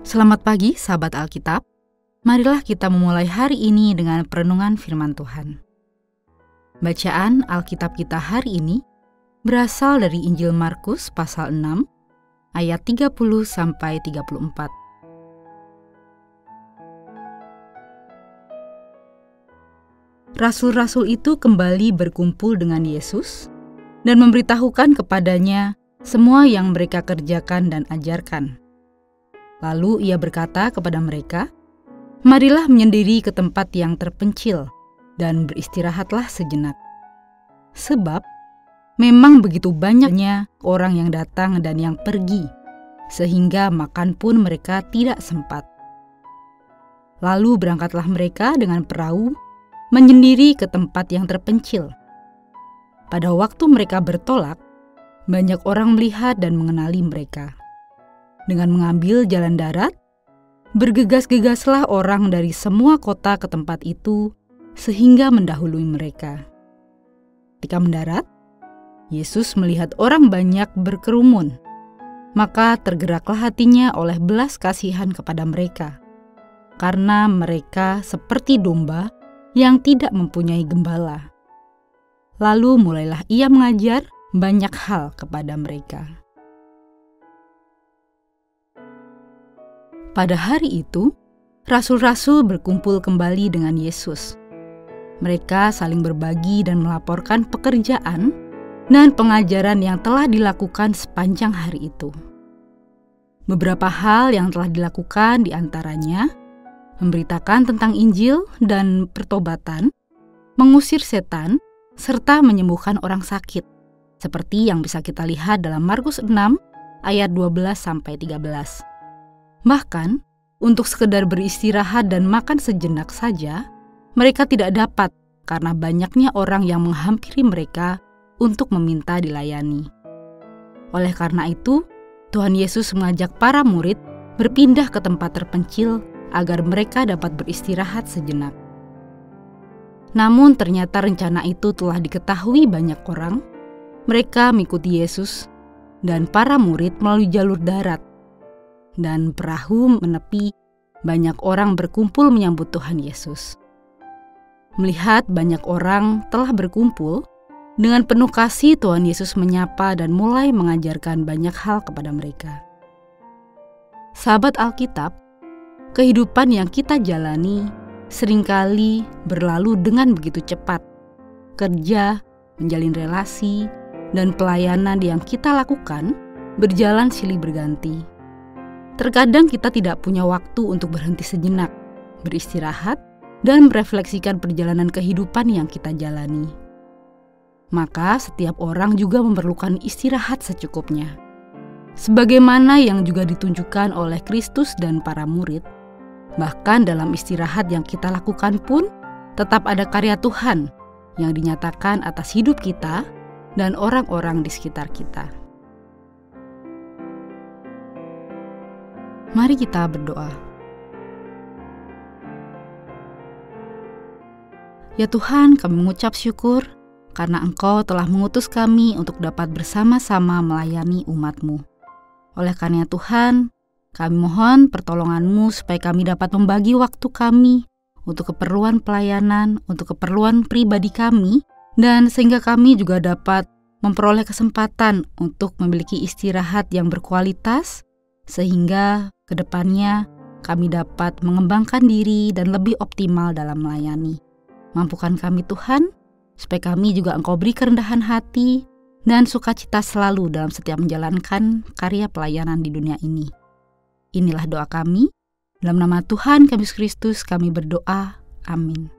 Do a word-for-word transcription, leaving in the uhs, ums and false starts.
Selamat pagi, sahabat Alkitab. Marilah kita memulai hari ini dengan perenungan firman Tuhan. Bacaan Alkitab kita hari ini berasal dari Injil Markus pasal enam, ayat tiga puluh sampai tiga puluh empat. Rasul-rasul itu kembali berkumpul dengan Yesus dan memberitahukan kepadanya semua yang mereka kerjakan dan ajarkan. Lalu ia berkata kepada mereka, "Marilah menyendiri ke tempat yang terpencil dan beristirahatlah sejenak. Sebab memang begitu banyaknya orang yang datang dan yang pergi, sehingga makan pun mereka tidak sempat." Lalu berangkatlah mereka dengan perahu menyendiri ke tempat yang terpencil. Pada waktu mereka bertolak, banyak orang melihat dan mengenali mereka. Dengan mengambil jalan darat, bergegas-gegaslah orang dari semua kota ke tempat itu sehingga mendahului mereka. Ketika mendarat, Yesus melihat orang banyak berkerumun, maka tergeraklah hatinya oleh belas kasihan kepada mereka, karena mereka seperti domba yang tidak mempunyai gembala. Lalu mulailah ia mengajar banyak hal kepada mereka. Pada hari itu, rasul-rasul berkumpul kembali dengan Yesus. Mereka saling berbagi dan melaporkan pekerjaan dan pengajaran yang telah dilakukan sepanjang hari itu. Beberapa hal yang telah dilakukan diantaranya memberitakan tentang Injil dan pertobatan, mengusir setan, serta menyembuhkan orang sakit, seperti yang bisa kita lihat dalam Markus enam ayat dua belas sampai tiga belas. Bahkan, untuk sekedar beristirahat dan makan sejenak saja, mereka tidak dapat karena banyaknya orang yang menghampiri mereka untuk meminta dilayani. Oleh karena itu, Tuhan Yesus mengajak para murid berpindah ke tempat terpencil agar mereka dapat beristirahat sejenak. Namun ternyata rencana itu telah diketahui banyak orang. Mereka mengikuti Yesus dan para murid melalui jalur darat, dan perahu menepi. Banyak orang berkumpul menyambut Tuhan Yesus. Melihat banyak orang telah berkumpul, dengan penuh kasih Tuhan Yesus menyapa dan mulai mengajarkan banyak hal kepada mereka. Sahabat Alkitab, kehidupan yang kita jalani seringkali berlalu dengan begitu cepat. Kerja, menjalin relasi, dan pelayanan yang kita lakukan berjalan silih berganti. Terkadang kita tidak punya waktu untuk berhenti sejenak, beristirahat, dan merefleksikan perjalanan kehidupan yang kita jalani. Maka setiap orang juga memerlukan istirahat secukupnya. Sebagaimana yang juga ditunjukkan oleh Kristus dan para murid, bahkan dalam istirahat yang kita lakukan pun tetap ada karya Tuhan yang dinyatakan atas hidup kita dan orang-orang di sekitar kita. Mari kita berdoa. Ya Tuhan, kami mengucap syukur karena Engkau telah mengutus kami untuk dapat bersama-sama melayani umat-Mu. Oleh karena Tuhan, kami mohon pertolongan-Mu supaya kami dapat membagi waktu kami untuk keperluan pelayanan, untuk keperluan pribadi kami, dan sehingga kami juga dapat memperoleh kesempatan untuk memiliki istirahat yang berkualitas, sehingga kedepannya kami dapat mengembangkan diri dan lebih optimal dalam melayani. Mampukan kami Tuhan, supaya kami juga Engkau beri kerendahan hati dan sukacita selalu dalam setiap menjalankan karya pelayanan di dunia ini. Inilah doa kami. Dalam nama Tuhan kami Yesus Kristus kami berdoa. Amin.